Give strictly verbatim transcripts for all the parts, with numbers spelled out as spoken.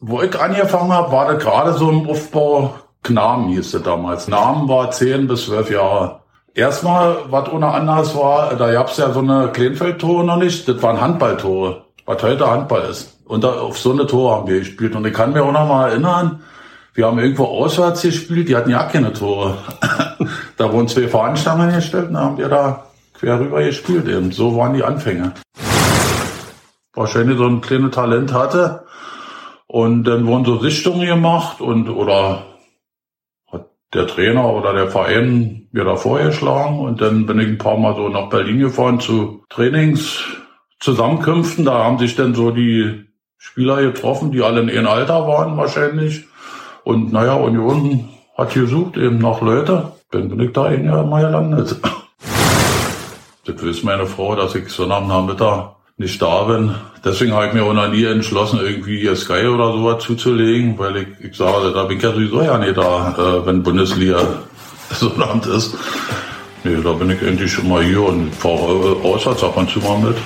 wo ich angefangen habe, war das gerade so im Aufbau Knaben hieß das damals. Knaben war zehn bis zwölf Jahre. Erstmal, was ohne anders war, da gab's ja so eine Kleinfeldtore noch nicht, das waren Handballtore, was heute Handball ist. Und da, auf so eine Tore haben wir gespielt. Und ich kann mir auch noch mal erinnern, wir haben irgendwo auswärts gespielt, die hatten ja keine Tore. Da wurden zwei Fahnenstangen gestellt und da haben wir da quer rüber gespielt eben. So waren die Anfänge. Wahrscheinlich so ein kleines Talent hatte. Und dann wurden so Sichtungen gemacht und, oder hat der Trainer oder der Verein mir da vorgeschlagen. Und dann bin ich ein paar Mal so nach Berlin gefahren zu Trainingszusammenkünften. Da haben sich dann so die Spieler getroffen, die alle in ihrem Alter waren wahrscheinlich. Und naja, Union hat gesucht eben nach Leute. Dann bin ich da eben ja mal gelandet. Das weiß meine Frau, dass ich so am Nachmittag nicht da bin. Deswegen habe ich mir auch noch nie entschlossen, irgendwie Sky oder sowas zuzulegen, weil ich, ich sage, da bin ich ja sowieso ja nicht da, äh, wenn Bundesliga so ein Land ist. Nee, da bin ich endlich schon mal hier und fahre auswärts ab und zu mal mit.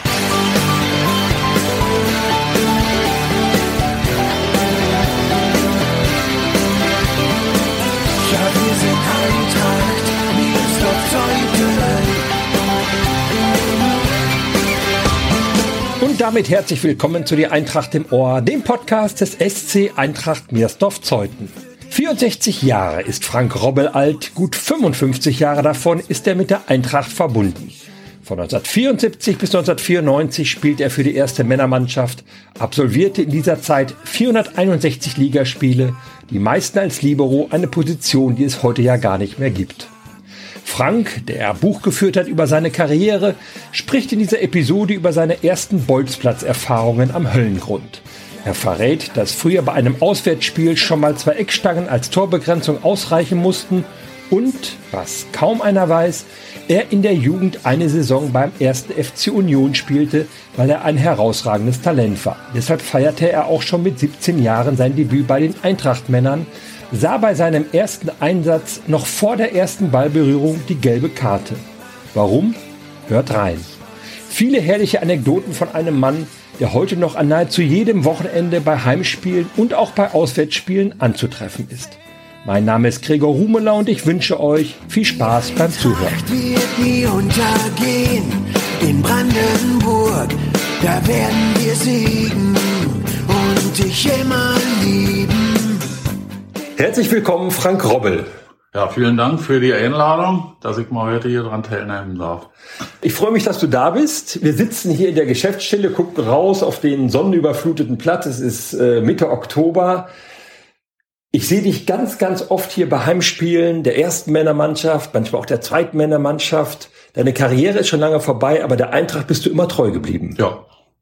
Damit herzlich willkommen zu Die Eintracht im Ohr, dem Podcast des S C Eintracht Meersdorf-Zeuthen. vierundsechzig Jahre ist Frank Robbel alt, gut fünfundfünfzig Jahre davon ist er mit der Eintracht verbunden. Von neunzehnhundertvierundsiebzig bis neunzehnhundertvierundneunzig spielt er für die erste Männermannschaft, absolvierte in dieser Zeit vierhunderteinundsechzig Ligaspiele, die meisten als Libero, eine Position, die es heute ja gar nicht mehr gibt. Frank, der Buch geführt hat über seine Karriere, spricht in dieser Episode über seine ersten Bolzplatz-Erfahrungen am Höllengrund. Er verrät, dass früher bei einem Auswärtsspiel schon mal zwei Eckstangen als Torbegrenzung ausreichen mussten und, was kaum einer weiß, er in der Jugend eine Saison beim ersten F C Union spielte, weil er ein herausragendes Talent war. Deshalb feierte er auch schon mit siebzehn Jahren sein Debüt bei den Eintracht-Männern, sah bei seinem ersten Einsatz noch vor der ersten Ballberührung die gelbe Karte. Warum? Hört rein. Viele herrliche Anekdoten von einem Mann, der heute noch an nahezu jedem Wochenende bei Heimspielen und auch bei Auswärtsspielen anzutreffen ist. Mein Name ist Gregor Rumeler und ich wünsche euch viel Spaß beim Zuhören. Wird nie untergehen in Brandenburg, da werden wir siegen und dich immer lieben. Herzlich willkommen, Frank Robbel. Ja, vielen Dank für die Einladung, dass ich mal heute hier dran teilnehmen darf. Ich freue mich, dass du da bist. Wir sitzen hier in der Geschäftsstelle, gucken raus auf den sonnenüberfluteten Platz. Es ist äh, Mitte Oktober. Ich sehe dich ganz, ganz oft hier bei Heimspielen der ersten Männermannschaft, manchmal auch der zweiten Männermannschaft. Deine Karriere ist schon lange vorbei, aber der Eintracht bist du immer treu geblieben. Ja.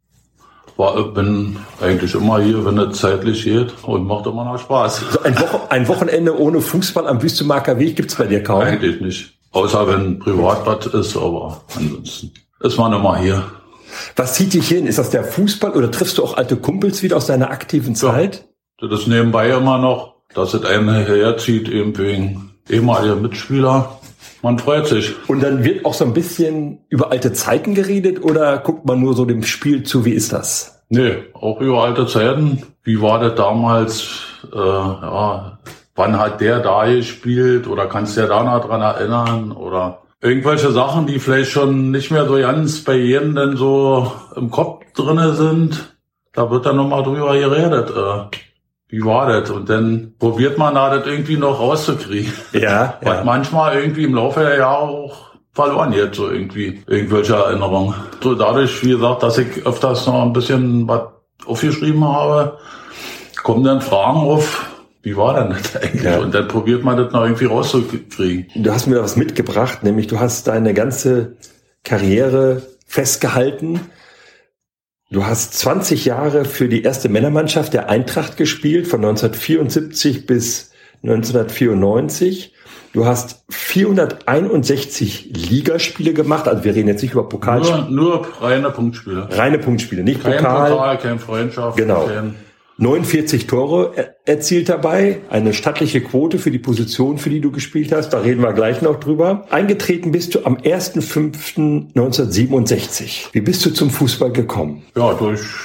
War, bin eigentlich immer hier, wenn es zeitlich geht und macht immer noch Spaß. Also ein, Wochen, ein Wochenende ohne Fußball am Wüstemarker Weg gibt's bei dir kaum? Eigentlich nicht. Außer wenn Privatbad ist, aber ansonsten ist man immer hier. Was zieht dich hin? Ist das der Fußball oder triffst du auch alte Kumpels wieder aus deiner aktiven Zeit? Ja, das ist nebenbei immer noch, dass es einen herzieht, eben wegen ehemaliger Mitspieler. Man freut sich. Und dann wird auch so ein bisschen über alte Zeiten geredet oder guckt man nur so dem Spiel zu, wie ist das? Nee, auch über alte Zeiten. Wie war das damals? Äh, ja, wann hat der da gespielt? Oder kannst du dir da noch dran erinnern? Oder irgendwelche Sachen, die vielleicht schon nicht mehr so ganz bei jedem denn so im Kopf drinne sind. Da wird dann nochmal drüber geredet. Äh, Wie war das? Und dann probiert man da das irgendwie noch rauszukriegen. Ja, was ja. manchmal irgendwie im Laufe der Jahre auch verloren geht, so irgendwie, irgendwelche Erinnerungen. So dadurch, wie gesagt, dass ich öfters noch ein bisschen was aufgeschrieben habe, kommen dann Fragen auf, wie war denn das eigentlich? Ja. Und dann probiert man das noch irgendwie rauszukriegen. Du hast mir was mitgebracht, nämlich du hast deine ganze Karriere festgehalten. Du hast zwanzig Jahre für die erste Männermannschaft der Eintracht gespielt, von neunzehnhundertvierundsiebzig bis neunzehnhundertvierundneunzig. Du hast vierhunderteinundsechzig Ligaspiele gemacht, also wir reden jetzt nicht über Pokalspiele. Nur, nur reine Punktspiele. Reine Punktspiele, nicht kein Pokal. Pokal, keine Freundschaft. Genau. Kein neunundvierzig Tore er- erzielt dabei, eine stattliche Quote für die Position, für die du gespielt hast, da reden wir gleich noch drüber. Eingetreten bist du am erster fünfter neunzehnhundertsiebenundsechzig. Wie bist du zum Fußball gekommen? Ja, durch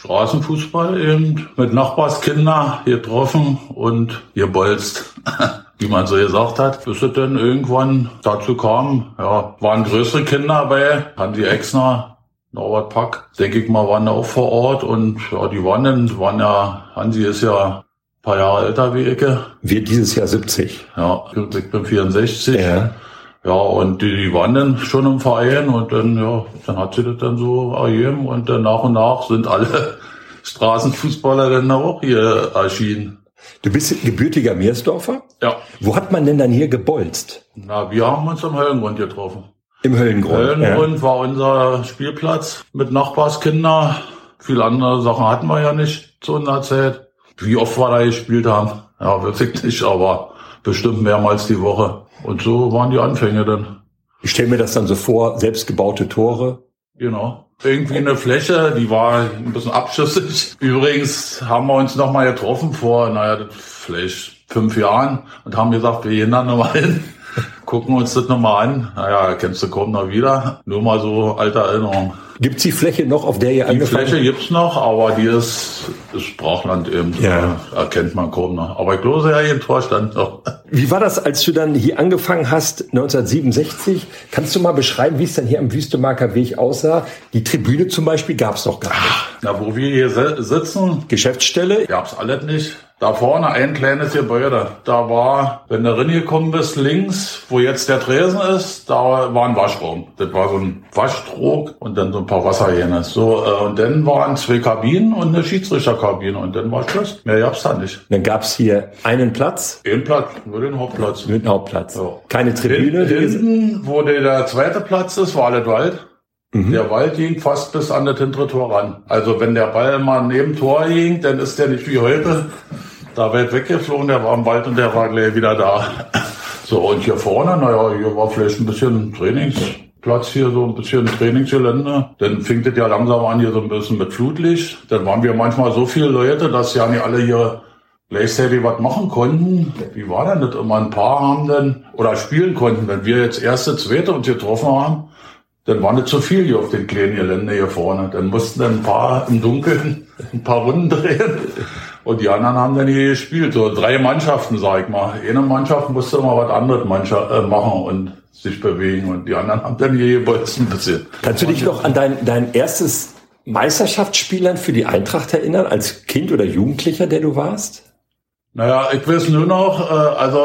Straßenfußball eben mit Nachbarskinder getroffen und gebolzt, wie man so gesagt hat, bis es dann irgendwann dazu kam. Ja, waren größere Kinder dabei, Hansi Exner, Norbert Pack, denke ich mal, waren da auch vor Ort und ja, die waren dann, waren ja, Hansi ist ja ein paar Jahre älter wie ich. Wird dieses Jahr siebzig. Ja, ich bin vierundsechzig. Ja. Ja, und die, die waren dann schon im Verein und dann, ja, dann hat sie das dann so ergeben und dann nach und nach sind alle Straßenfußballer dann auch hier erschienen. Du bist gebürtiger Meersdorfer? Ja. Wo hat man denn dann hier gebolzt? Na, wir haben uns im Höllengrund getroffen. Im Höllengrund? Höllengrund ja. war unser Spielplatz mit Nachbarskinder. Viele andere Sachen hatten wir ja nicht zu unserer Zeit. Wie oft wir da gespielt haben, ja, wirklich nicht, aber bestimmt mehrmals die Woche. Und so waren die Anfänge dann. Ich stelle mir das dann so vor, selbstgebaute Tore. Genau. Irgendwie eine Fläche, die war ein bisschen abschüssig. Übrigens haben wir uns nochmal getroffen vor, naja, vielleicht fünf Jahren und haben gesagt, wir gehen da nochmal hin, gucken uns das nochmal an. Naja, kennst du kaum noch wieder. Nur mal so alte Erinnerungen. Gibt's die Fläche noch, auf der ihr Die angefangen habt? Fläche gibt's noch, aber die ist, ist Brachland eben. Ja. Erkennt man kaum noch. Aber ich glaube, ja, jeden Tor stand noch. Wie war das, als du dann hier angefangen hast, neunzehnhundertsiebenundsechzig? Kannst du mal beschreiben, wie es dann hier am Wüstemarker Weg aussah? Die Tribüne zum Beispiel gab's noch gar nicht. Na, wo wir hier sitzen, Geschäftsstelle? gab's alles nicht. Da vorne ein kleines Gebäude. Da war, wenn du reingekommen bist, links, wo jetzt der Tresen ist, da war ein Waschraum. Das war so ein Waschtrog und dann so ein paar Wasserhähne. So, äh, und dann waren zwei Kabinen und eine Schiedsrichterkabine und dann war Schluss. Mehr gab's da nicht. Dann gab's hier einen Platz. Ein Platz, nur den Hauptplatz. Mit einem Hauptplatz. Ja. Keine Tribüne. Hin, hinten, wo der, der zweite Platz ist, war alles Wald. Mhm. Der Wald ging fast bis an das hintere Tor ran. Also wenn der Ball mal neben Tor ging, dann ist der nicht wie heute da weit weggeflogen, der war im Wald und der war gleich wieder da. So, und hier vorne, naja, hier war vielleicht ein bisschen Trainingsplatz hier, so ein bisschen Trainingsgelände. Dann fing das ja langsam an hier so ein bisschen mit Flutlicht. Dann waren wir manchmal so viele Leute, dass ja nicht alle hier gleichzeitig was machen konnten. Wie war denn das immer? Ein paar haben dann, oder spielen konnten. Wenn wir jetzt erste, zweite uns getroffen haben, dann war nicht zu viel hier auf dem kleinen Gelände hier vorne. Dann mussten dann ein paar im Dunkeln ein paar Runden drehen. Und die anderen haben dann hier gespielt. So drei Mannschaften, sag ich mal. Eine Mannschaft musste immer was anderes Mannschaft, äh, machen und sich bewegen. Und die anderen haben dann hier gebolzt ein bisschen. Kannst du dich noch an dein, dein erstes Meisterschaftsspielen für die Eintracht erinnern? Als Kind oder Jugendlicher, der du warst? Naja, ich weiß nur noch, äh, also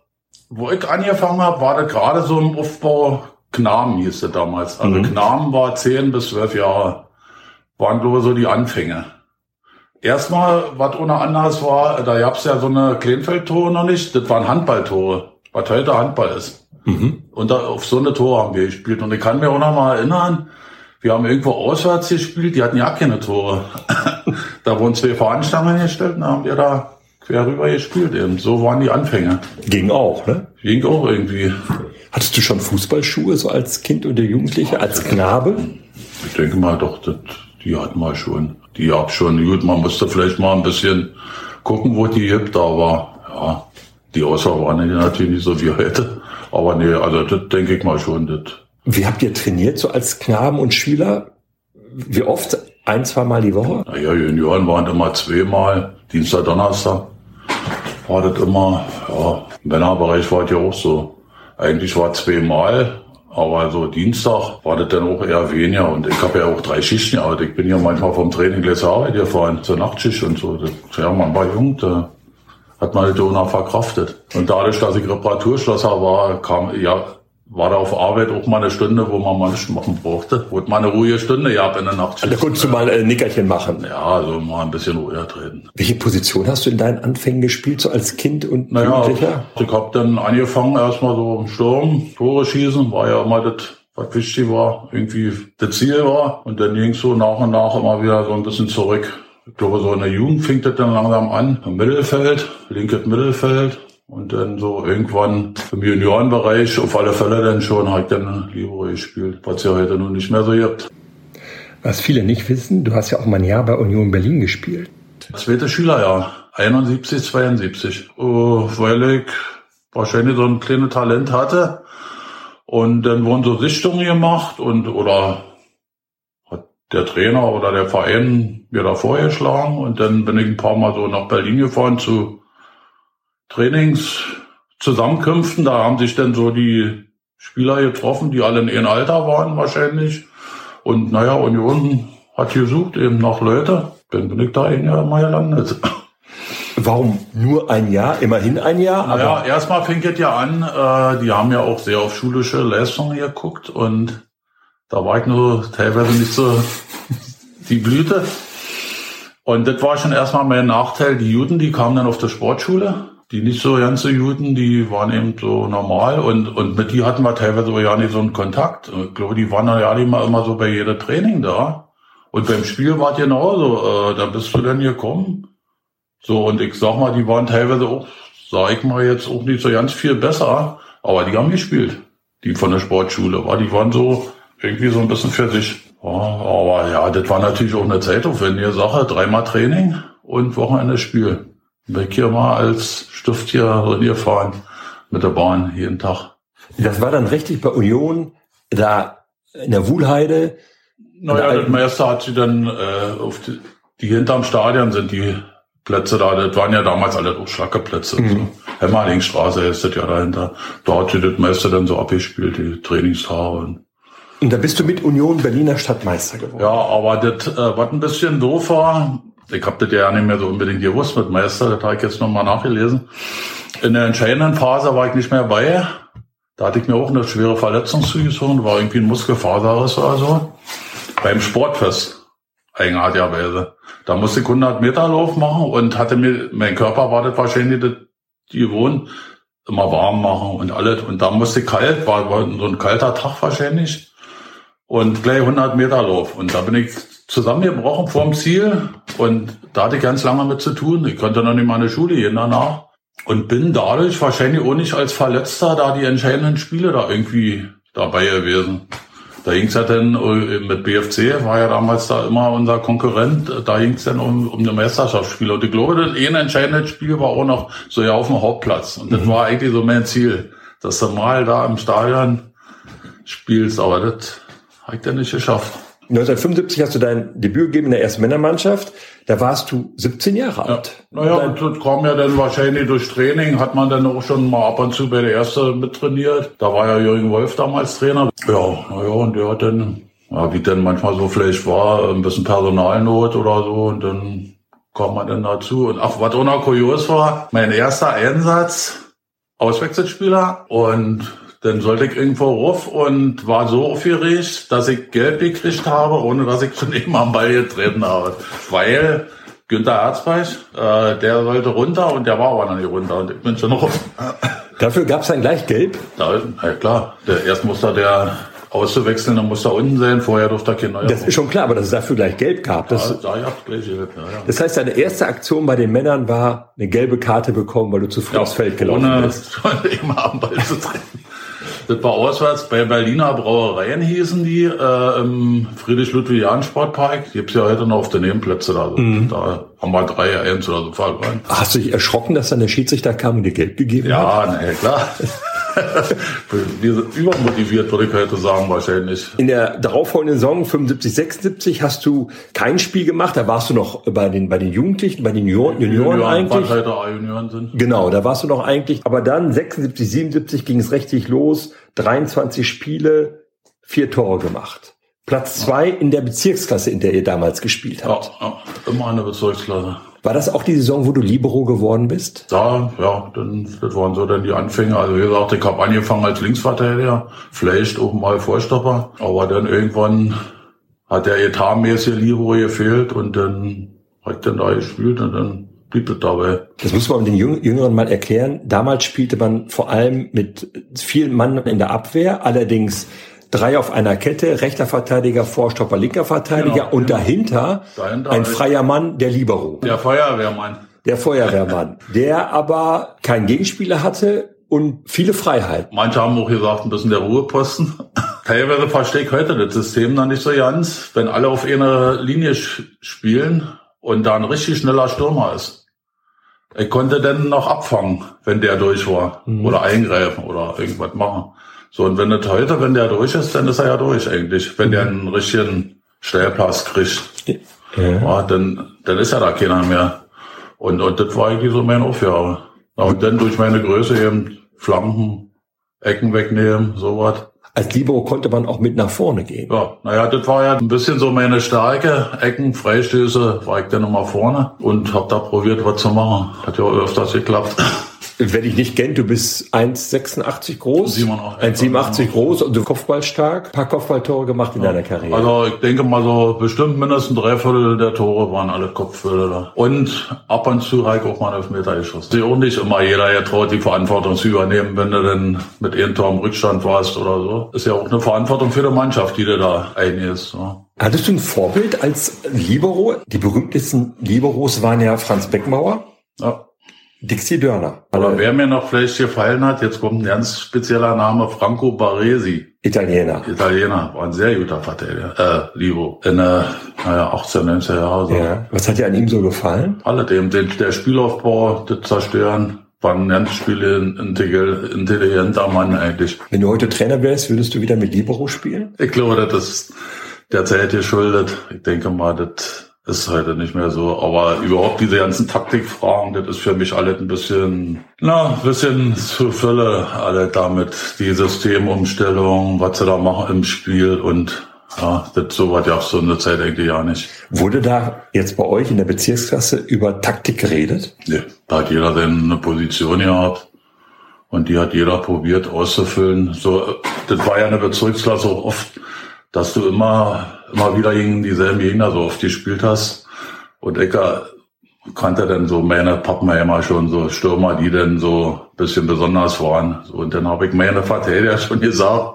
wo ich angefangen habe, war das gerade so im Aufbau Knaben hieß das damals. Also mhm. Knaben war zehn bis zwölf Jahre. Waren, glaube ich, so die Anfänge. Erstmal, was ohne anders war, da gab's ja so eine Kleinfeldtore noch nicht. Das waren Handballtore, was heute Handball ist. Mhm. Und da, auf so eine Tore haben wir gespielt. Und ich kann mir auch noch mal erinnern, wir haben irgendwo auswärts gespielt, die hatten ja keine Tore. Da wurden zwei Fahnenstangen gestellt und da haben wir da quer rüber gespielt eben. So waren die Anfänge. Ging auch, ne? Ging auch irgendwie. Hattest du schon Fußballschuhe so als Kind oder Jugendlicher, als Knabe? Ich denke mal doch, das, die hatten wir schon. Die gab's schon. Gut, man musste vielleicht mal ein bisschen gucken, wo die gibt, aber ja, die Auswahl waren natürlich nicht so wie heute. Aber nee, also das denke ich mal schon. Das. Wie habt ihr trainiert, so als Knaben und Schüler? Wie oft? Ein, zwei Mal die Woche? Naja, Junioren waren immer zweimal, Dienstag, Donnerstag. War das immer, ja, im Männerbereich war das ja auch so. Eigentlich war es zweimal, aber so Dienstag war das dann auch eher weniger. Und ich habe ja auch drei Schichten gearbeitet. Ich bin ja manchmal vom Training gleich zur Arbeit gefahren, zur Nachtschicht und so. Das, ja, man war jung, da hat man das auch noch verkraftet. Und dadurch, dass ich Reparaturschlosser war, kam, ja, war da auf Arbeit auch mal eine Stunde, wo man mal nichts machen brauchte. Wo mal eine ruhige Stunde gehabt in der Nachtschicht. Da konntest du mal ein Nickerchen machen. Ja, also mal ein bisschen ruhiger treten. Welche Position hast du in deinen Anfängen gespielt, so als Kind und naja, Jugendlicher? Ich hab dann angefangen erstmal so im Sturm, Tore schießen, war ja immer das, was wichtig war, irgendwie das Ziel war. Und dann ging es so nach und nach immer wieder so ein bisschen zurück. Ich glaube, so in der Jugend fing das dann langsam an, im Mittelfeld, linkes Mittelfeld. Und dann so irgendwann im Juniorenbereich, auf alle Fälle dann schon, habe ich dann Libero gespielt, was es ja heute nun nicht mehr so gibt. Was viele nicht wissen, du hast ja auch mal ein Jahr bei Union Berlin gespielt. Zweite Schülerjahr, einundsiebzig, zweiundsiebzig. Oh, weil ich wahrscheinlich so ein kleines Talent hatte. Und dann wurden so Sichtungen gemacht und oder hat der Trainer oder der Verein mir da vorgeschlagen und dann bin ich ein paar Mal so nach Berlin gefahren zu Trainingszusammenkünften. Da haben sich dann so die Spieler getroffen, die alle in ihrem Alter waren wahrscheinlich. Und naja, Union hat gesucht eben nach Leute. Dann bin ich da eben ja mal gelandet. Warum nur ein Jahr? Immerhin ein Jahr? Aber naja, erstmal fing es ja an, äh, die haben ja auch sehr auf schulische Leistungen geguckt und da war ich nur teilweise nicht so die Blüte. Und das war schon erstmal mein Nachteil. Die Juden, die kamen dann auf der Sportschule. Die nicht so ganze Juden, die waren eben so normal und und mit die hatten wir teilweise ja nicht so einen Kontakt. Ich glaube, die waren ja nicht mal immer so bei jedem Training da. Und beim Spiel war es genauso. Äh, da bist du dann gekommen. So, und ich sag mal, die waren teilweise auch, sag ich mal jetzt auch nicht so ganz viel besser, aber die haben gespielt. Die von der Sportschule, war, die waren so irgendwie so ein bisschen für sich. Ja, aber ja, das war natürlich auch eine zeitaufwendige Sache. Dreimal Training und Wochenende Spiel. Bin ich hier mal als Stift hier drin gefahren mit der Bahn jeden Tag. Das war dann richtig bei Union, da in der Wuhlheide. Naja, das meiste hat sie dann äh, auf die, die hinterm Stadion sind die Plätze da, das waren ja damals alle auch Schlackerplätze. Mhm. So. Hemmerlingstraße ist das ja dahinter. Da hat sie das meiste dann so abgespielt, die Trainingstage. Und, und da bist du mit Union Berliner Stadtmeister geworden. Ja, aber das, äh, was ein bisschen doof war, ich hab das ja nicht mehr so unbedingt gewusst mit Meister, das habe ich jetzt nochmal nachgelesen. In der entscheidenden Phase war ich nicht mehr bei. Da hatte ich mir auch eine schwere Verletzung zugezogen, war irgendwie ein Muskelfaserriss oder so. Beim Sportfest, eigenartigerweise. Da musste ich hundert Meter Lauf machen und hatte mir, mein Körper war das wahrscheinlich das gewohnt, immer warm machen und alles. Und da musste ich kalt, war, war so ein kalter Tag wahrscheinlich. Und gleich hundert Meter Lauf. Und da bin ich zusammengebrochen vorm Ziel. Und da hatte ich ganz lange mit zu tun. Ich konnte noch nicht mal in die Schule gehen danach. Und bin dadurch wahrscheinlich auch nicht als Verletzter da die entscheidenden Spiele da irgendwie dabei gewesen. Da ging's ja dann mit B F C, war ja damals da immer unser Konkurrent, da ging's dann um, um eine Meisterschaftsspiele. Und ich glaube, das eine entscheidende Spiel war auch noch so ja auf dem Hauptplatz. Und das mhm. war eigentlich so mein Ziel, dass du mal da im Stadion spielst. Aber das habe ich dann nicht geschafft. neunzehnhundertfünfundsiebzig hast du dein Debüt gegeben in der ersten Männermannschaft. Da warst du siebzehn Jahre alt. Ja. Naja, und das kam ja dann wahrscheinlich durch Training, hat man dann auch schon mal ab und zu bei der Ersten mittrainiert. Da war ja Jürgen Wolf damals Trainer. Ja, naja, und der hat dann, ja, wie dann manchmal so vielleicht war, ein bisschen Personalnot oder so und dann kam man dann dazu. Und ach, was auch noch kurios war, mein erster Einsatz, Auswechselspieler und dann sollte ich irgendwo rauf und war so aufgeregt, dass ich gelb gekriegt habe, ohne dass ich schon eben am Ball getreten habe. Weil Günther Erzberg, äh, der sollte runter und der war aber noch nicht runter und ich bin schon rauf. Dafür gab es dann gleich gelb? Da, ja klar, der, erst musste der auszuwechseln, dann musste er unten sein, vorher durfte er kein neuer. Das ist schon klar, aber dass es dafür gleich gelb gab. Das, ja, da gab's gleich gelb, ja, ja. Das heißt, deine erste Aktion bei den Männern war eine gelbe Karte bekommen, weil du zu früh ja, aufs Feld gelaufen ohne bist. Ohne am Ball zu treten. Das war auswärts bei Berliner Brauereien hießen die, äh, im Friedrich-Ludwig-Jahn-Sportpark. Gibt's ja heute noch auf den Nebenplätzen. Also mhm. Da haben wir drei eins oder so verloren. Hast du dich erschrocken, dass dann der Schiedsrichter kam und dir Geld gegeben ja, hat? Ja, nee, klar. Wir sind übermotiviert, würde ich heute sagen, wahrscheinlich. In der darauffolgenden Saison fünfundsiebzig, sechsundsiebzig hast du kein Spiel gemacht. Da warst du noch bei den, bei den Jugendlichen, bei den Junioren, Junioren, Junioren eigentlich. Junioren sind. Genau, da warst du noch eigentlich. Aber dann sechsundsiebzig, siebenundsiebzig ging es richtig los. dreiundzwanzig Spiele, vier Tore gemacht. Platz zwei ja. in der Bezirksklasse, in der ihr damals gespielt habt. Ja, ja, immer in der Bezirksklasse. War das auch die Saison, wo du Libero geworden bist? Da, ja, dann, das waren so dann die Anfänge. Also wie gesagt, ich habe angefangen als Linksverteidiger, vielleicht auch mal Vorstopper. Aber dann irgendwann hat der etatmäßige Libero gefehlt und dann habe ich dann da gespielt und dann blieb es dabei. Das muss man den Jüngeren mal erklären. Damals spielte man vor allem mit vielen Mann in der Abwehr, allerdings drei auf einer Kette, rechter Verteidiger, Vorstopper, linker Verteidiger genau, und genau. dahinter, dahinter ein freier Mann, der Libero. Der Feuerwehrmann. Der Feuerwehrmann, der aber keinen Gegenspieler hatte und viele Freiheiten. Manche haben auch gesagt, ein bisschen der Ruheposten. Teilweise verstehe ich heute das System noch nicht so ganz, wenn alle auf einer Linie spielen und da ein richtig schneller Stürmer ist. Ich konnte dann noch abfangen, wenn der durch war. Mhm. Oder eingreifen oder irgendwas machen. So, und wenn das heute, wenn der durch ist, dann ist er ja durch eigentlich. Wenn mhm. der einen richtigen Stellplatz kriegt, Ja. ja, dann, dann ist ja da keiner mehr. Und, und das war eigentlich so meine Aufgabe. Ja, und dann durch meine Größe eben Flanken, Ecken wegnehmen, sowas. Als Libero konnte man auch mit nach vorne gehen. Ja, naja, das war ja ein bisschen so meine Stärke. Ecken, Freistöße, war ich dann nochmal vorne und hab da probiert, was zu machen. Hat ja öfters geklappt. Wer dich nicht kennt, du bist eins Komma sechsundachtzig groß, siebenundachtzig eins Komma siebenundachtzig groß und du kopfballstark. Ein paar Kopfballtore gemacht in ja. deiner Karriere. Also ich denke mal so, bestimmt mindestens drei Viertel der Tore waren alle Kopfbälle da. Und ab und zu habe ich auch mal einen Elfmeter geschossen. Ist auch nicht immer jeder getraut, die Verantwortung zu übernehmen, wenn du dann mit einem Tor im Rückstand warst oder so. Ist ja auch eine Verantwortung für die Mannschaft, die du da eingehst. Ja. Hattest du ein Vorbild als Libero? Die berühmtesten Liberos waren ja Franz Beckmauer, Ja. Dixie Dörner. Aber wer mir noch vielleicht gefallen hat, jetzt kommt ein ganz spezieller Name, Franco Baresi. Italiener. Italiener, war ein sehr guter Verteidiger, äh, Libero. In, äh, naja, achtzehn, neunzehn Jahre so. Ja. Was hat dir an ihm so gefallen? Alledem, den, der Spielaufbau, das Zerstören, war ein ganz intelligenter Mann eigentlich. Wenn du heute Trainer wärst, würdest du wieder mit Libero spielen? Ich glaube, das ist der Zeit geschuldet. Ich denke mal, das ist heute nicht mehr so. Aber überhaupt diese ganzen Taktikfragen, das ist für mich alles ein bisschen, na, ein bisschen zu Fülle, alles damit. Die Systemumstellung, was sie da machen im Spiel und ja, das so was gab's so in der Zeit eigentlich ja nicht. Wurde da jetzt bei euch in der Bezirksklasse über Taktik geredet? Nee, da hat jeder seine Position gehabt und die hat jeder probiert auszufüllen. So, das war ja eine Bezirksklasse auch oft, dass du immer, immer wieder gegen dieselben Gegner so oft gespielt hast. Und ich kannte dann so meine Pappenheimer schon, so Stürmer, die dann so ein bisschen besonders waren. So, und dann habe ich meine Verteidiger schon gesagt,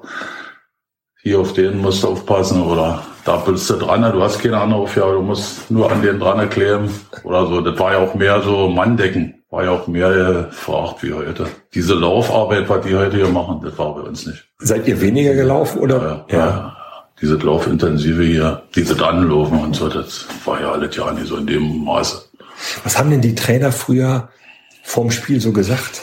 hier auf den musst du aufpassen oder da bist du dran, du hast keine andere Aufgabe, du musst nur an den dran kleben oder so. Das war ja auch mehr so Manndecken, war ja auch mehr gefragt wie heute. Diese Laufarbeit, was die heute hier machen, das war bei uns nicht. Seid ihr weniger gelaufen oder? Ja, ja. ja. Diese Laufintensive hier, diese Anlaufen und so, das war ja alles ja nicht so in dem Maße. Was haben denn die Trainer früher vorm Spiel so gesagt,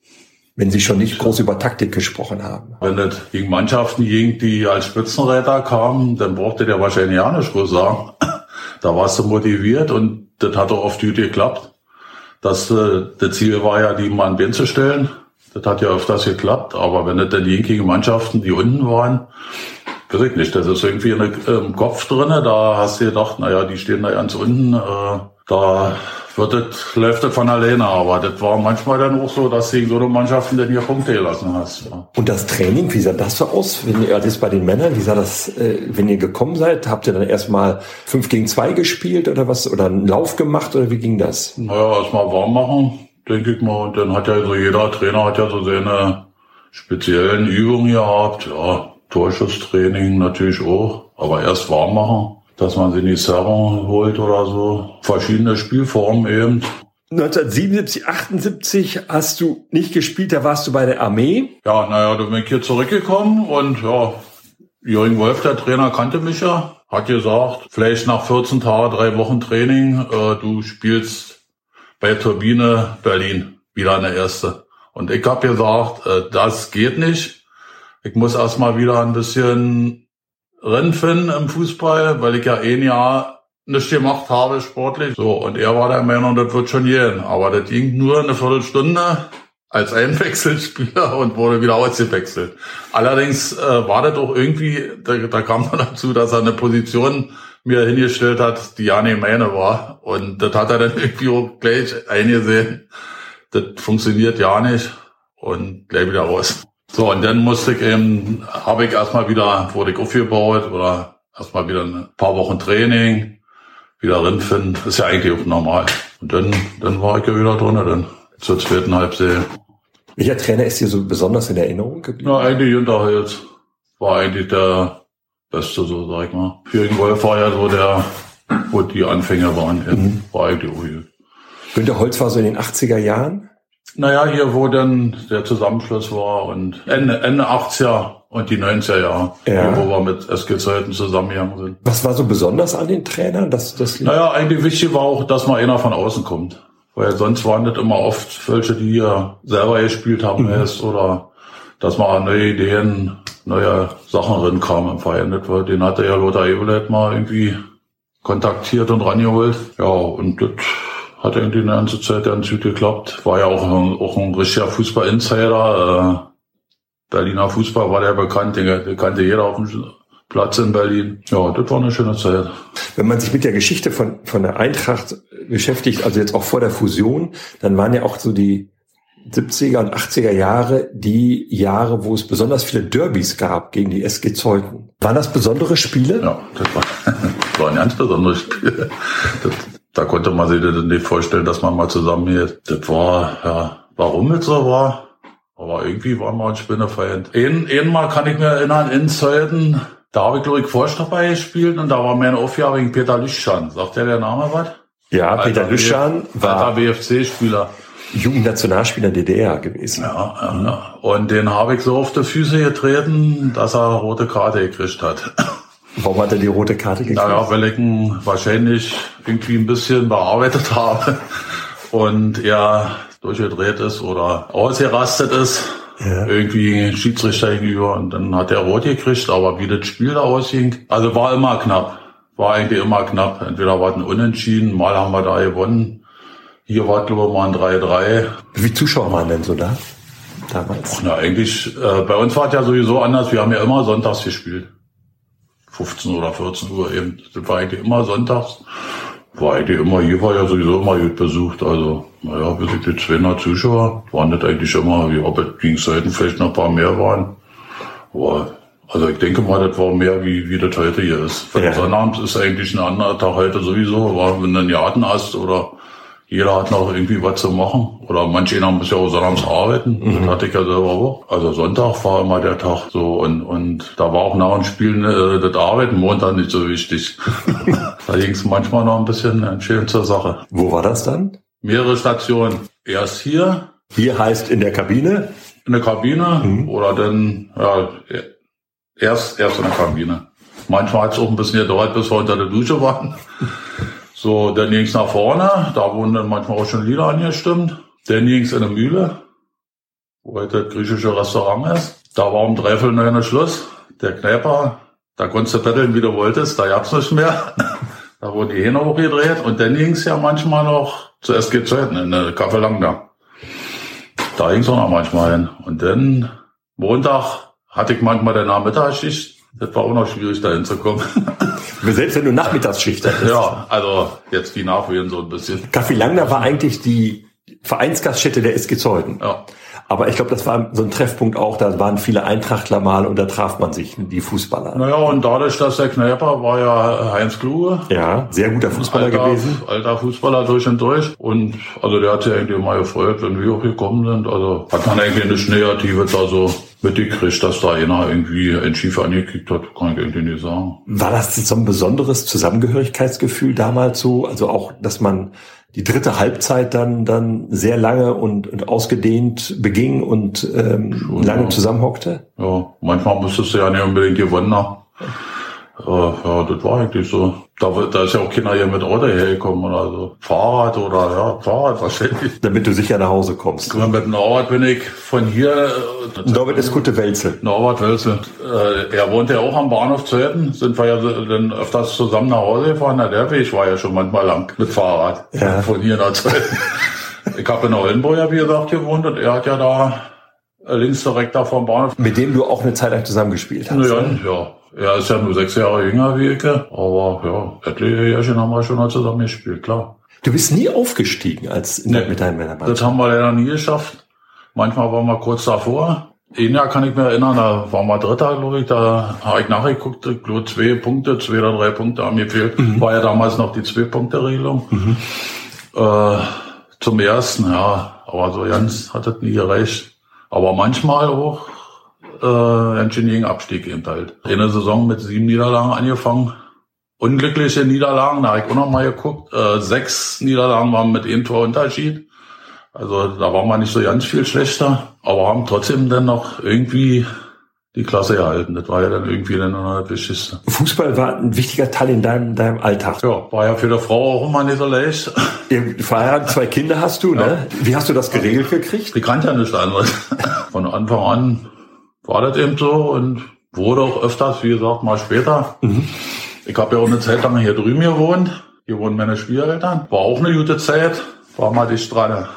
wenn sie schon nicht groß über Taktik gesprochen haben? Wenn das gegen Mannschaften ging, die als Spitzenreiter kamen, dann brauchte der wahrscheinlich ja nicht groß sagen. Da warst du motiviert und das hat auch oft gut geklappt. Das, das Ziel war ja, die mal an den zu stellen. Das hat ja öfters geklappt, aber wenn das dann ging gegen Mannschaften, die unten waren, weiß ich nicht, das ist irgendwie in, im Kopf drinne. Da hast du gedacht, naja, die stehen da ganz unten, äh, da wird das, läuft das von alleine. Aber das war manchmal dann auch so, dass du gegen so eine Mannschaften dann hier Punkte gelassen hast. Ja. Und das Training, wie sah das so aus? Wenn ihr, das ist bei den Männern, wie sah das, äh, wenn ihr gekommen seid? Habt ihr dann erstmal fünf gegen zwei gespielt oder was? Oder einen Lauf gemacht oder wie ging das? Naja, erstmal warm machen, denke ich mal. Und dann hat ja so jeder Trainer hat ja so seine speziellen Übungen gehabt, ja. Torschusstraining natürlich auch, aber erst warm machen, dass man sie in die Serrung holt oder so. Verschiedene Spielformen eben. neunzehnhundertsiebenundsiebzig, achtundsiebzig hast du nicht gespielt, da warst du bei der Armee. Ja, naja, da bin ich hier zurückgekommen und ja, Jürgen Wolf, der Trainer, kannte mich ja, hat gesagt, vielleicht nach vierzehn Tagen, drei Wochen Training, äh, du spielst bei Turbine Berlin wieder eine erste. Und ich habe gesagt, äh, das geht nicht. Ich muss erstmal wieder ein bisschen Rennen finden im Fußball, weil ich ja ein Jahr nichts gemacht habe sportlich. So, und er war der Meinung, das wird schon gehen. Aber das ging nur eine Viertelstunde als Einwechselspieler und wurde wieder ausgewechselt. Allerdings äh, war das auch irgendwie, da, da kam dann dazu, dass er eine Position mir hingestellt hat, die ja nicht meine war. Und das hat er dann irgendwie auch gleich eingesehen. Das funktioniert ja nicht und gleich wieder raus. So, und dann musste ich eben, habe ich erstmal wieder, wurde ich aufgebaut oder erstmal wieder ein paar Wochen Training, wieder reinfinden. Ist ja eigentlich auch normal. Und dann, dann war ich ja wieder drin, dann zur zweiten Halbserie. Welcher Trainer ist dir so besonders in Erinnerung geblieben? Ja, eigentlich Hinterhalt war eigentlich der Beste, so sag ich mal. Jürgen Wolf war ja so der, wo die Anfänge waren. Mhm. War eigentlich auch gut. Günter Holz war so in den achtziger Jahren? Naja, hier, wo dann der Zusammenschluss war und Ende, Ende achtziger und die neunziger Jahre, ja. Wo wir mit S G Zeuthen zusammengegangen sind. Was war so besonders an den Trainern? Dass das naja, eigentlich wichtig war auch, dass mal einer von außen kommt. Weil sonst waren das immer oft welche, die hier selber gespielt haben, mhm. erst, oder dass man neue Ideen neue Sachen drin kamen im Verein. Den hatte ja Lothar Eberle mal irgendwie kontaktiert und rangeholt. Ja, und das hat irgendwie die ganze Zeit ganz gut geklappt. War ja auch ein, auch ein richtiger Fußball-Insider. Äh, Berliner Fußball war der bekannt, den, den kannte jeder auf dem Platz in Berlin. Ja, das war eine schöne Zeit. Wenn man sich mit der Geschichte von, von der Eintracht beschäftigt, also jetzt auch vor der Fusion, dann waren ja auch so die siebziger und achtziger Jahre die Jahre, wo es besonders viele Derbys gab gegen die S G Zeuthen. Waren das besondere Spiele? Ja, das war, das war ein ganz besonderes Spiel. Das, da konnte man sich das nicht vorstellen, dass man mal zusammengeht. Das war, ja, warum es so war, aber irgendwie waren wir ein Spinnefeind. Ein, einmal kann ich mir erinnern, in Zeuthen, da habe ich, glaube ich, Forst dabei gespielt und da war meine Aufgabe gegen Peter Lüschan. Sagt der der Name was? Ja, Peter Alter, Lüschan war B F C-Spieler. Jugendnationalspieler D D R gewesen. Ja, ja, ja. Und den habe ich so auf die Füße getreten, dass er rote Karte gekriegt hat. Warum hat er die rote Karte gekriegt? Naja, weil ich ihn wahrscheinlich irgendwie ein bisschen bearbeitet habe und er durchgedreht ist oder ausgerastet ist. Ja. Irgendwie Schiedsrichter gegenüber und dann hat er rot gekriegt, aber wie das Spiel da ausging, also war immer knapp. War eigentlich immer knapp. Entweder war es ein Unentschieden, mal haben wir da gewonnen. Hier war, glaube ich, mal ein drei drei. Wie viele Zuschauer waren denn so da damals? Na, eigentlich, äh, bei uns war es ja sowieso anders. Wir haben ja immer sonntags gespielt. fünfzehn oder vierzehn Uhr eben. Das war eigentlich immer sonntags. War eigentlich immer, hier war ja sowieso immer gut besucht. Also, naja, bis ich die zweihundert Zuschauer waren das eigentlich immer, wie ob es gegen Seiten vielleicht noch ein paar mehr waren. Aber, also ich denke mal, das war mehr, wie, wie das heute hier ist. Weil ja. Sonnabends ist eigentlich ein anderer Tag heute sowieso. Aber wenn du einen Garten hast oder jeder hat noch irgendwie was zu machen. Oder manche haben ja auch sonnabends arbeiten. Mhm. Das hatte ich ja selber auch. Also Sonntag war immer der Tag so. Und, und da war auch nach dem Spiel äh, das Arbeiten Montag nicht so wichtig. Da ging es manchmal noch ein bisschen entscheidend zur Sache. Wo war das dann? Mehrere Stationen. Erst hier. Hier heißt in der Kabine? In der Kabine. Mhm. Oder dann, ja, erst, erst in der Kabine. Manchmal hat es auch ein bisschen gedauert, bis wir unter der Dusche waren. So, dann ging's nach vorne, da wurden dann manchmal auch schon Lieder angestimmt. Dann ging's in eine Mühle, wo heute das griechische Restaurant ist. Da war um dreiviertel neun Schluss. Der Kneiper, da konntest du betteln, wie du wolltest, da gab's nicht mehr. Da wurden die Hähne hochgedreht und dann ging's ja manchmal noch zu S G Zeuthen in der Café Langda. Da ging's auch noch manchmal hin. Und dann Montag hatte ich manchmal der Nachmittagsschicht. Das war auch noch schwierig, da hinzukommen. Selbst wenn du Nachmittagsschicht hattest. Ja, also jetzt die Nachwehen so ein bisschen. Café Langda war eigentlich die Vereinsgaststätte der S G Zeuthen. Ja. Aber ich glaube, das war so ein Treffpunkt auch, da waren viele Eintrachtler mal und da traf man sich, die Fußballer. Naja, und dadurch, dass der Kneiper war ja Heinz Kluge. Ja, sehr guter Fußballer alter, gewesen. Alter Fußballer durch und durch. Und also der hat sich eigentlich immer gefreut, wenn wir auch gekommen sind. Also hat man eigentlich nichts Negatives da so mitgekriegt, dass da einer irgendwie ein Schief angekickt hat, kann ich irgendwie nicht sagen. War das so ein besonderes Zusammengehörigkeitsgefühl damals so? Also auch, dass man die dritte Halbzeit dann dann sehr lange und, und ausgedehnt beging und ähm, Schon, lange ja. zusammenhockte? Ja, manchmal musstest du ja nicht unbedingt gewonnen haben. Äh, ja, das war eigentlich so. Da, da ist ja auch keiner hier mit Auto hergekommen oder so. Fahrrad oder, ja, Fahrrad wahrscheinlich. Damit du sicher nach Hause kommst. Mit Norbert bin ich von hier. Norbert ist gute Welzel. Norbert Welzel. Äh, er wohnt ja auch am Bahnhof Zeuthen. Sind wir ja dann öfters zusammen nach Hause gefahren. Na, der Weg war ja schon manchmal lang mit Fahrrad. Ja. Von hier nach Zeuthen. Ich habe in Oldenburg ja, wie gesagt, gewohnt und er hat ja da links direkt da vom Bahnhof. Mit dem du auch eine Zeit lang zusammengespielt hast. Ja, ne? Ja. Er ist ja nur sechs Jahre jünger wie ich, aber ja, etliche Jährchen haben wir schon mal zusammen gespielt, klar. Du bist nie aufgestiegen als in nee, mit deinen Männern. Das haben wir leider nie geschafft. Manchmal waren wir kurz davor. Ein Jahr kann ich mir erinnern, da waren wir Dritter, glaube ich, da habe ich nachgeguckt, ich glaube zwei Punkte, zwei oder drei Punkte haben gefehlt. Mhm. War ja damals noch die Zwei-Punkte-Regelung. Mhm. Äh, zum ersten, ja, aber so ganz hat das nie gereicht. Aber manchmal auch äh, einen gegen Abstieg eben halt. Eine Saison mit sieben Niederlagen angefangen. Unglückliche Niederlagen, da habe ich auch noch mal geguckt. Äh, sechs Niederlagen waren mit einem Torunterschied. Also da waren wir nicht so ganz viel schlechter, aber haben trotzdem dann noch irgendwie die Klasse gehalten. Das war ja dann irgendwie dann noch das Wichtigste. Fußball war ein wichtiger Teil in deinem, deinem Alltag. Ja, war ja für die Frau auch immer nicht so leicht. Ihr verheiratet, zwei Kinder hast du, ne? Ja. Wie hast du das geregelt gekriegt? Ich kannte ja nichts anderes. Von Anfang an war das eben so und Wurde auch öfters, wie gesagt, mal später. Mhm. Ich habe ja auch eine Zeit lang hier drüben gewohnt. Hier wohnen meine Schwiegereltern. War auch eine gute Zeit. War mal dicht dran.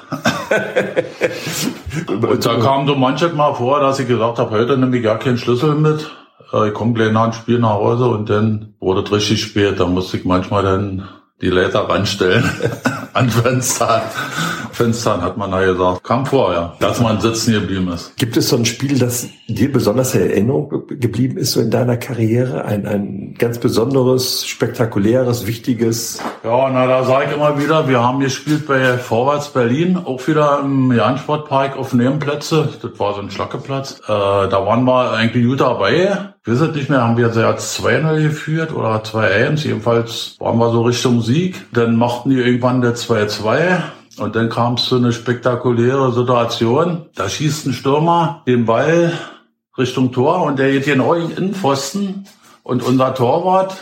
Und da kam so manches Mal vor, dass ich gesagt habe, heute nehme ich gar keinen Schlüssel mit. Ich komme gleich nach dem Spiel nach Hause und dann wurde es richtig spät. Da musste ich manchmal dann die Leiter ranstellen an Fenstern. Fenstern hat man da gesagt. Kam vor, ja, dass man sitzen geblieben ist. Gibt es so ein Spiel, das dir besonders in Erinnerung geblieben ist, so in deiner Karriere? Ein, ein ganz besonderes, spektakuläres, wichtiges? Ja, na, da sage ich immer wieder, wir haben gespielt bei Vorwärts Berlin, auch wieder im Jahn-Sportpark auf Nebenplätze. Das war so ein Schlackeplatz. Äh, da waren wir eigentlich gut dabei. Ich weiß es nicht mehr, haben wir ja zwei null geführt oder zwei eins. Jedenfalls waren wir so Richtung Sieg. Dann machten die irgendwann der zwei zwei. Und dann kam es zu einer spektakulären Situation. Da schießt ein Stürmer den Ball Richtung Tor und der geht genau in den Innenpfosten. Und unser Torwart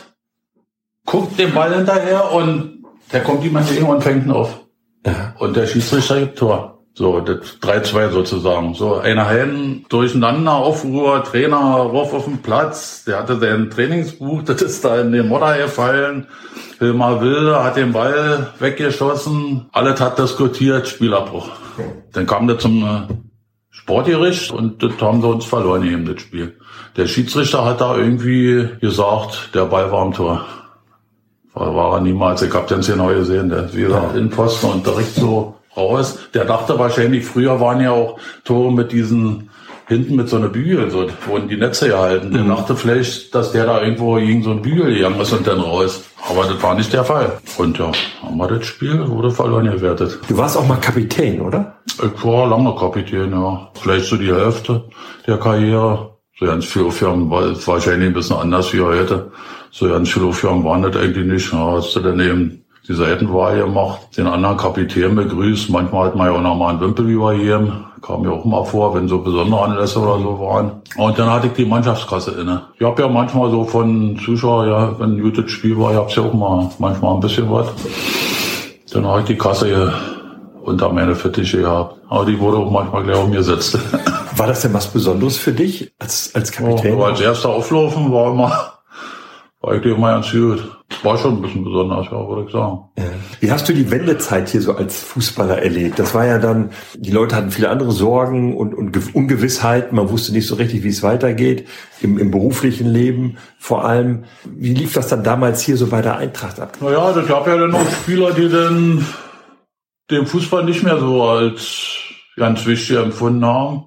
guckt den Ball hinterher und der kommt ihm entgegen und fängt ihn auf. Ja. Und der Schiedsrichter gibt Tor. So, das drei zwei sozusagen. So, eine Heiden durcheinander, Aufruhr, Trainer rauf auf den Platz. Der hatte sein Trainingsbuch, das ist da in den Modder gefallen. Hilmar Wilde hat den Ball weggeschossen. Alles hat diskutiert, Spielabbruch. Dann kam der zum Sportgericht und das haben sie uns verloren eben, das Spiel. Der Schiedsrichter hat da irgendwie gesagt, der Ball war am Tor. War, war er niemals. Ich hab den hier neu gesehen. Der, wie gesagt, in Pfosten und direkt so raus. Der dachte wahrscheinlich, früher waren ja auch Tore mit diesen, hinten mit so einer Bügel, so wurden die Netze gehalten. Der mhm. dachte vielleicht, dass der da irgendwo gegen so einen Bügel gegangen ist und dann raus. Aber das war nicht der Fall. Und ja, haben wir das Spiel, wurde verloren gewertet. Du warst auch mal Kapitän, oder? Ich war lange Kapitän, ja. Vielleicht so die Hälfte der Karriere. So ganz viele Aufgaben war es wahrscheinlich ein bisschen anders wie heute. So ganz viele Aufgaben waren das eigentlich nicht. Ja, hast du dann eben die Seitenwahl gemacht, den anderen Kapitän begrüßt. Manchmal hat man ja auch noch mal einen Wimpel übergeben. Kam ja auch mal vor, wenn so besondere Anlässe oder so waren. Und dann hatte ich die Mannschaftskasse inne. Ich habe ja manchmal so von Zuschauern, ja, wenn ein gutes Spiel war, ich hab's ja auch mal manchmal ein bisschen was. Dann habe ich die Kasse hier unter meine Fittiche gehabt. Aber die wurde auch manchmal gleich umgesetzt. War das denn was Besonderes für dich als, als Kapitän? Ja, als erster Auflaufen war immer, war ich immer ganz gut. War schon ein bisschen besonders, ja, würde ich sagen. Ja. Wie hast du die Wendezeit hier so als Fußballer erlebt? Das war ja dann, die Leute hatten viele andere Sorgen und, und Ungewissheiten. Man wusste nicht so richtig, wie es weitergeht. Im, im beruflichen Leben vor allem. Wie lief das dann damals hier so bei der Eintracht ab? Naja, das gab ja dann noch Spieler, die dann den Fußball nicht mehr so als ganz wichtig empfunden haben.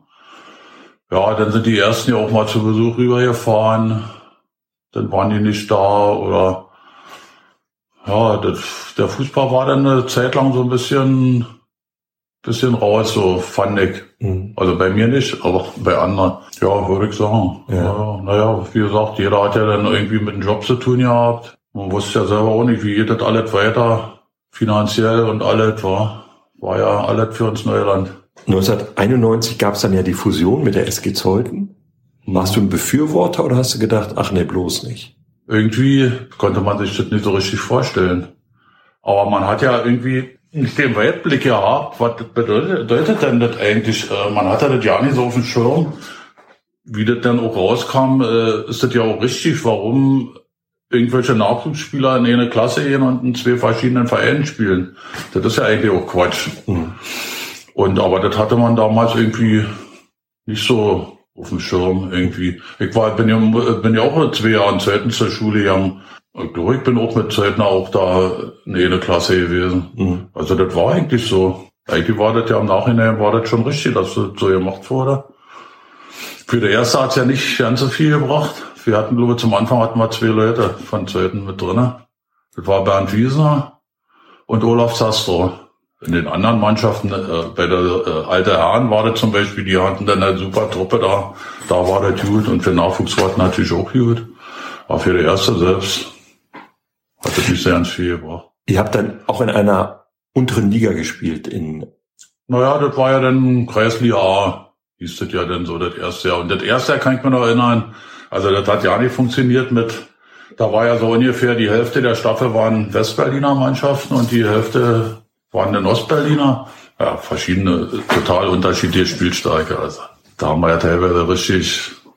Ja, dann sind die ersten ja auch mal zu Besuch rübergefahren. Dann waren die nicht da oder ja, das, der Fußball war dann eine Zeit lang so ein bisschen, bisschen raus, so fand ich. Mhm. Also bei mir nicht, aber bei anderen. Ja, würde ich sagen. Ja. Ja, naja, wie gesagt, jeder hat ja dann irgendwie mit dem Job zu tun gehabt. Man wusste ja selber auch nicht, wie geht das alles weiter, finanziell und alles, war, war ja alles für uns Neuland. neunzehnhunderteinundneunzig gab es dann ja die Fusion mit der S G Zeuthen. Warst du ein Befürworter oder hast du gedacht, ach nee, bloß nicht? Irgendwie konnte man sich das nicht so richtig vorstellen. Aber man hat ja irgendwie nicht den Weitblick gehabt, was das bedeutet, bedeutet denn das eigentlich? Man hatte das ja nicht so auf dem Schirm. Wie das dann auch rauskam, ist das ja auch richtig, warum irgendwelche Nachwuchsspieler in eine Klasse gehen und in zwei verschiedenen Vereinen spielen. Das ist ja eigentlich auch Quatsch. Mhm. Und aber das hatte man damals irgendwie nicht so auf dem Schirm irgendwie. Ich war, bin ja, bin ja auch mit zwei Jahren Zeuthen zur Schule gegangen. Ich glaube, ich bin auch mit Zeuthen auch da in eine Klasse gewesen. Mhm. Also das war eigentlich so. Eigentlich war das ja im Nachhinein, war das schon richtig, dass das so gemacht wurde. Für die erste hat's ja nicht ganz so viel gebracht. Wir hatten, glaube ich, zum Anfang hatten wir zwei Leute von Zeuthen mit drinne. Das war Bernd Wiesner und Olaf Zastrow. In den anderen Mannschaften, äh, bei der äh, Alte Herren war das zum Beispiel, die hatten dann eine super Truppe da, da war das gut und für Nachwuchs war das natürlich auch gut. Aber für die erste selbst hat das nicht sehr ganz viel gebracht. Ihr habt dann auch in einer unteren Liga gespielt in... Naja, das war ja dann Kreisliga A, hieß das ja dann so, das erste Jahr. Und das erste Jahr kann ich mir noch erinnern, also das hat ja nicht funktioniert mit, da war ja so ungefähr die Hälfte der Staffel waren Westberliner Mannschaften und die Hälfte waren in Ostberliner, ja, verschiedene, total unterschiedliche Spielstärke. Also da haben wir ja teilweise richtig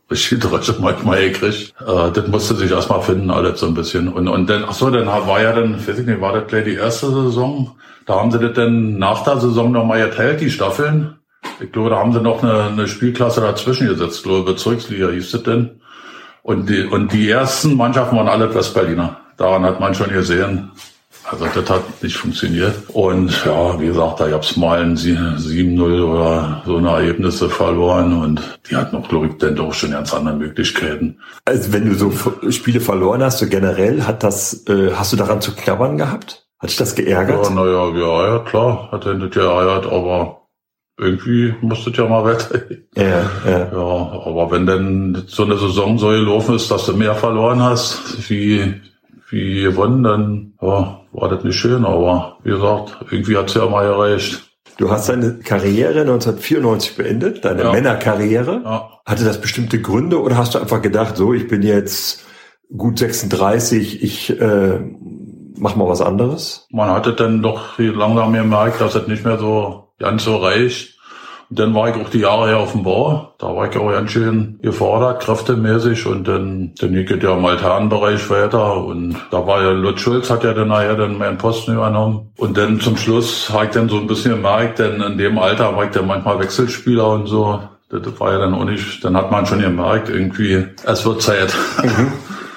richtig Drösche manchmal gekriegt. Äh, das musste sich erstmal finden, alles so ein bisschen. Und, und dann, ach so, dann war ja dann, weiß ich nicht, war das gleich die erste Saison. Da haben sie das dann nach der Saison nochmal geteilt, die Staffeln. Ich glaube, da haben sie noch eine, eine Spielklasse dazwischen gesetzt, glaube ich, Bezirksliga hieß das denn. Und die, und die ersten Mannschaften waren alle Westberliner. Daran hat man schon gesehen, also das hat nicht funktioniert. Und ja, wie gesagt, da gab's mal ein sieben null oder so eine Ergebnisse verloren. Und die hatten auch, glaube ich, dann doch schon ganz andere Möglichkeiten. Also wenn du so Spiele verloren hast, so generell, hat das, äh, hast du daran zu knabbern gehabt? Hat dich das geärgert? Ja, naja, ja, ja, klar, hat er nicht geärgert, aber irgendwie musste es ja mal weiter. Ja, ja. Ja, aber wenn denn so eine Saison so gelaufen ist, dass du mehr verloren hast, wie, wie gewonnen, dann, ja, war das nicht schön, aber wie gesagt, irgendwie hat's ja mal gereicht. Du hast deine Karriere neunzehnhundertvierundneunzig beendet, deine ja. Männerkarriere. Ja. Hatte das bestimmte Gründe oder hast du einfach gedacht, so, ich bin jetzt gut sechsunddreißig, ich äh, mach mal was anderes? Man hatte dann doch langsam gemerkt, dass es nicht mehr so ganz so reicht. Und dann war ich auch die Jahre her auf dem Bau. Da war ich auch ganz schön gefordert, kräftemäßig. Und dann, dann ging es ja im Alternbereich weiter. Und da war ja Lutz Schulz, hat ja dann nachher dann meinen Posten übernommen. Und dann zum Schluss habe ich dann so ein bisschen gemerkt, denn in dem Alter war ich dann manchmal Wechselspieler und so. Das war ja dann auch nicht, dann hat man schon gemerkt, irgendwie, es wird Zeit. Mhm.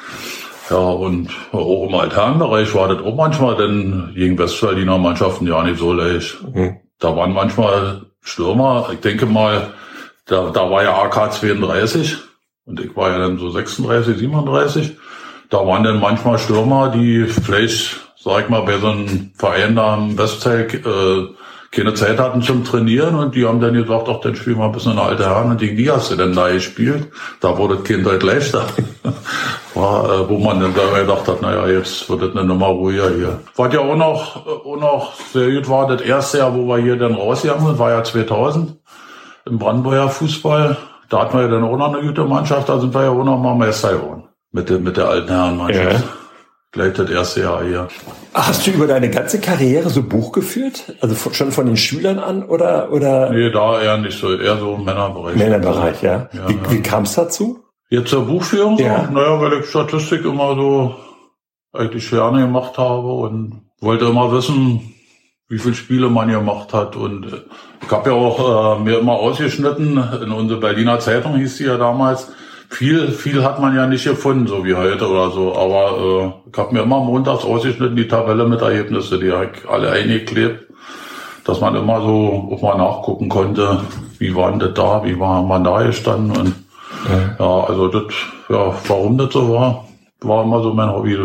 Ja, und auch im Alternbereich war das auch manchmal dann gegen Westberliner Mannschaften ja nicht so leicht. Mhm. Da waren manchmal Stürmer, ich denke mal, da, da war ja A K zweiunddreißig und ich war ja dann so sechsunddreißig, siebenunddreißig. Da waren dann manchmal Stürmer, die vielleicht, sag ich mal, bei so einem Verein da im Westteil äh, keine Zeit hatten zum Trainieren und die haben dann gesagt, ach, dann spielen wir ein bisschen eine alte Herren und gegen die hast du denn da gespielt. Da wurde das Kind halt leichter. War, äh, wo man dann da gedacht hat, naja, jetzt wird das eine Nummer ruhiger hier. Was ja auch noch, auch noch sehr gut war, das erste Jahr, wo wir hier dann rausgegangen sind, war ja zweitausend im Brandenburger Fußball. Da hatten wir ja dann auch noch eine gute Mannschaft, da sind wir ja auch noch mal Meister geworden. Mit der, mit der alten Herrenmannschaft. Ja. Gleich das erste Jahr hier. Hast du über deine ganze Karriere so Buch geführt? Also schon von den Schülern an oder? oder? Nee, da eher nicht so, eher so im Männerbereich. Männerbereich, ja. ja wie ja. wie kam es dazu? Jetzt zur Buchführung? Ja. So? Naja, weil ich Statistik immer so eigentlich gerne gemacht habe und wollte immer wissen, wie viele Spiele man gemacht hat. Und ich habe ja auch äh, mir immer ausgeschnitten, in unsere Berliner Zeitung hieß die ja damals, Viel, viel hat man ja nicht gefunden, so wie heute oder so. Aber äh, ich habe mir immer montags ausgeschnitten, die Tabelle mit Ergebnissen, die habe ich alle eingeklebt, dass man immer so auch mal nachgucken konnte, wie war denn das da, wie war man da gestanden. Und ja, ja also das, ja, warum das so war, war immer so mein Hobby.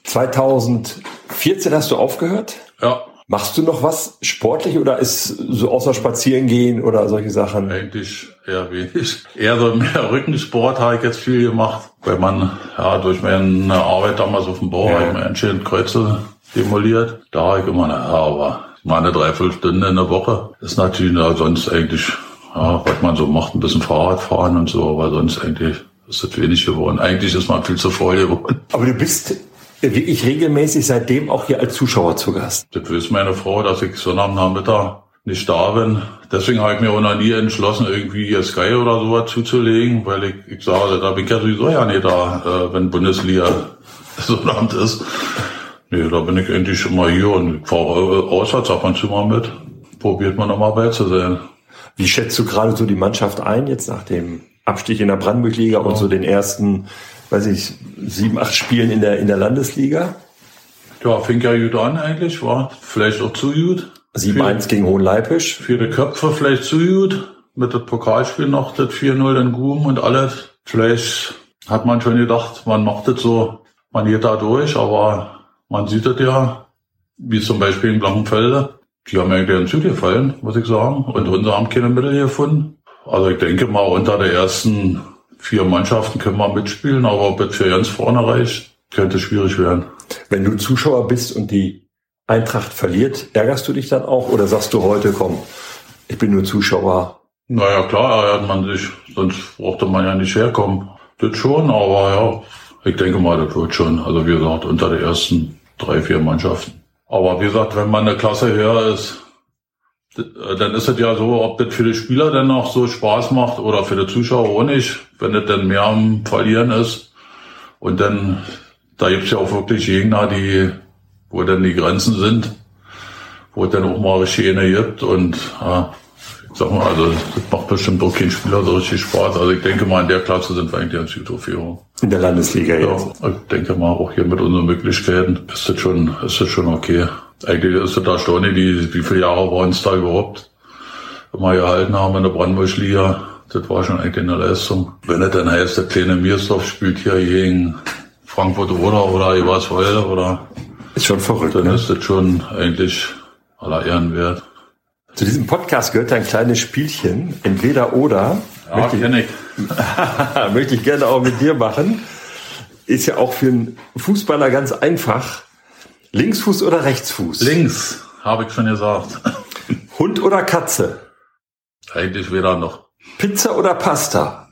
zweitausendvierzehn hast du aufgehört? Ja. Machst du noch was sportlich oder ist so außer spazieren gehen oder solche Sachen? Eigentlich eher wenig. Eher so mehr Rückensport habe ich jetzt viel gemacht, weil man ja durch meine Arbeit damals auf dem Bau ja. habe ich mir entschieden Kreuze demoliert. Da habe ich immer, naja, aber mal eine Dreiviertelstunde in der Woche ist natürlich ja, sonst eigentlich, ja, was man so macht, ein bisschen Fahrrad fahren und so, aber sonst eigentlich ist das wenig geworden. Eigentlich ist man viel zu voll geworden. Aber du bist wirklich regelmäßig seitdem auch hier als Zuschauer zu Gast. Das weiß meine Frau, dass ich so am Nachmittag nicht da bin. Deswegen habe ich mir auch noch nie entschlossen, irgendwie hier Sky oder sowas zuzulegen, weil ich, ich sage, da bin ich ja sowieso ja nicht da, äh, wenn Bundesliga so ein Amt ist. Nee, da bin ich endlich schon mal hier und ich fahre auswärts ab und zu mal mit. Probiert man noch mal bei zu sein. Wie schätzt du gerade so die Mannschaft ein, jetzt nach dem Abstieg in der Brandenburg-Liga ja. und so den ersten, weiß ich, sieben, acht Spielen in der, in der Landesliga? Ja, fing ja gut an eigentlich, war vielleicht auch zu gut. sieben eins gegen Hohenleipisch. Für die Köpfe vielleicht zu gut. Mit dem Pokalspiel noch das vier null in Guben und alles. Vielleicht hat man schon gedacht, man macht das so, man geht da durch, aber man sieht das ja, wie zum Beispiel in Blankenfelde. Die haben mir ganz gut gefallen, muss ich sagen. Und unsere haben keine Mittel gefunden. Also ich denke mal, unter der ersten vier Mannschaften können wir mitspielen, aber ob das für ganz vorne reicht, könnte schwierig werden. Wenn du Zuschauer bist und die Eintracht verliert, ärgerst du dich dann auch oder sagst du heute, komm, ich bin nur Zuschauer? Naja, klar ärgert man sich, sonst brauchte man ja nicht herkommen. Das schon, aber ja, ich denke mal, das wird schon. Also wie gesagt, unter der ersten drei, vier Mannschaften. Aber wie gesagt, wenn man eine Klasse höher ist, dann ist es ja so, ob das für die Spieler dann noch so Spaß macht oder für die Zuschauer auch nicht, wenn das dann mehr am Verlieren ist. Und dann, da gibt's ja auch wirklich Gegner, die, wo dann die Grenzen sind, wo es dann auch mal richtig eine gibt. Und ja, ich sag mal, also das macht bestimmt auch kein Spieler so richtig Spaß. Also ich denke mal, in der Klasse sind wir eigentlich ganz gut auf Führung. In der Landesliga jetzt? Ja, ich denke mal, auch hier mit unseren Möglichkeiten ist das schon, ist das schon okay. Eigentlich ist es erstaunlich, wie, wie viele Jahre wir uns da überhaupt immer gehalten haben in der Brandenburg-Liga. Das war schon eigentlich eine Leistung. Wenn es dann heißt, der kleine Miersdorf spielt hier gegen Frankfurt oder oder Eberswalde oder. Ist schon verrückt. Dann ne? ist das schon eigentlich aller Ehren wert. Zu diesem Podcast gehört ein kleines Spielchen, entweder oder. Ja, möchte kenn ich. möchte ich gerne auch mit dir machen. Ist ja auch für einen Fußballer ganz einfach. Linksfuß oder Rechtsfuß? Links, habe ich schon gesagt. Hund oder Katze? Eigentlich weder noch. Pizza oder Pasta?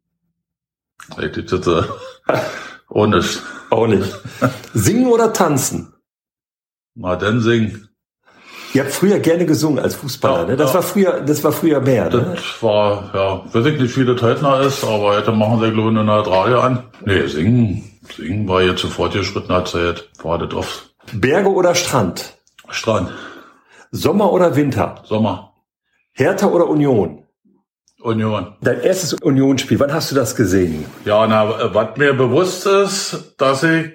Eigentlich das, äh, auch nicht. Auch nicht. Singen oder tanzen? Na, dann singen. Ihr habt früher gerne gesungen als Fußballer, Ja, ne? Das ja. war früher, das war früher mehr, ne? Das war, ja, weiß ich nicht, wie das heute noch ist, aber heute machen sie, glaube ich, eine Radio an. Nee, singen, singen war jetzt zu fortgeschrittener Zeit, war das oft. Berge oder Strand? Strand, Sommer oder Winter? Sommer, Hertha oder Union? Union. Dein erstes Unionsspiel, wann hast du das gesehen? Ja, na, was mir bewusst ist, dass ich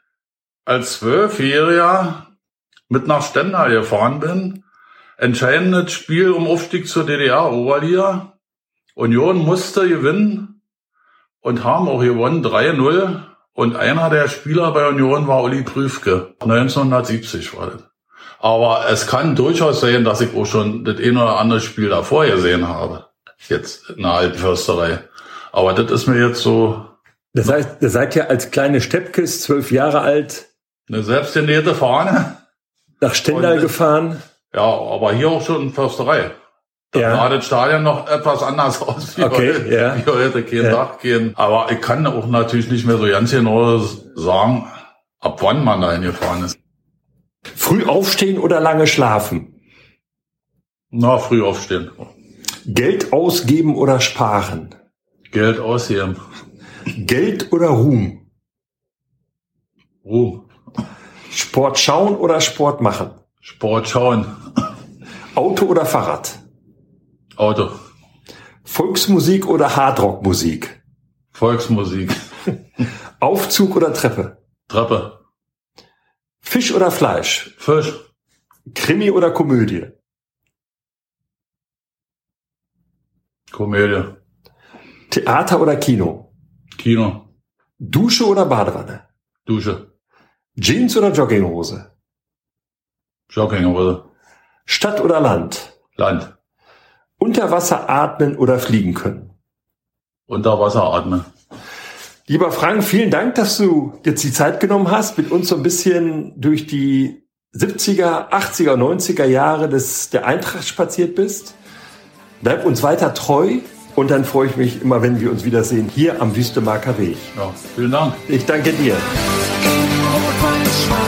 als Zwölfjähriger mit nach Stendal gefahren bin. Entscheidendes Spiel um Aufstieg zur D D R-Oberliga. Union musste gewinnen und haben auch gewonnen, drei null. Und einer der Spieler bei Union war Uli Prüfke. neunzehnhundertsiebzig war das. Aber es kann durchaus sein, dass ich auch schon das ein oder andere Spiel davor gesehen habe. Jetzt in der alten Försterei. Aber das ist mir jetzt so Das heißt, ihr seid ja als kleine Steppkes, zwölf Jahre alt, eine selbstgenähte Fahne. nach Stendal Und- gefahren. Ja, aber hier auch schon in Försterei. Da Ja. sah das Stadion noch etwas anders aus wie Okay, heute. ja. Wie heute, kein Ja. Dach, kein. Aber ich kann auch natürlich nicht mehr so ganz genau sagen, ab wann man da hingefahren ist. Früh aufstehen oder lange schlafen? Na, früh aufstehen. Geld ausgeben oder sparen? Geld ausgeben. Geld oder Ruhm? Ruhm. Sport schauen oder Sport machen? Sport schauen. Auto oder Fahrrad? Auto. Volksmusik oder Hardrockmusik? Volksmusik. Aufzug oder Treppe? Treppe. Fisch oder Fleisch? Fisch. Krimi oder Komödie? Komödie. Theater oder Kino? Kino. Dusche oder Badewanne? Dusche. Jeans oder Jogginghose? Jogginghose. Stadt oder Land? Land. Unter Wasser atmen oder fliegen können? Unter Wasser atmen. Lieber Frank, vielen Dank, dass du jetzt die Zeit genommen hast, mit uns so ein bisschen durch die siebziger, achtziger, neunziger Jahre des, der Eintracht spaziert bist. Bleib uns weiter treu und dann freue ich mich immer, wenn wir uns wiedersehen, hier am Wüstemarker Weg. Ja, vielen Dank. Ich danke dir. Rot-Weiß-Schwarz.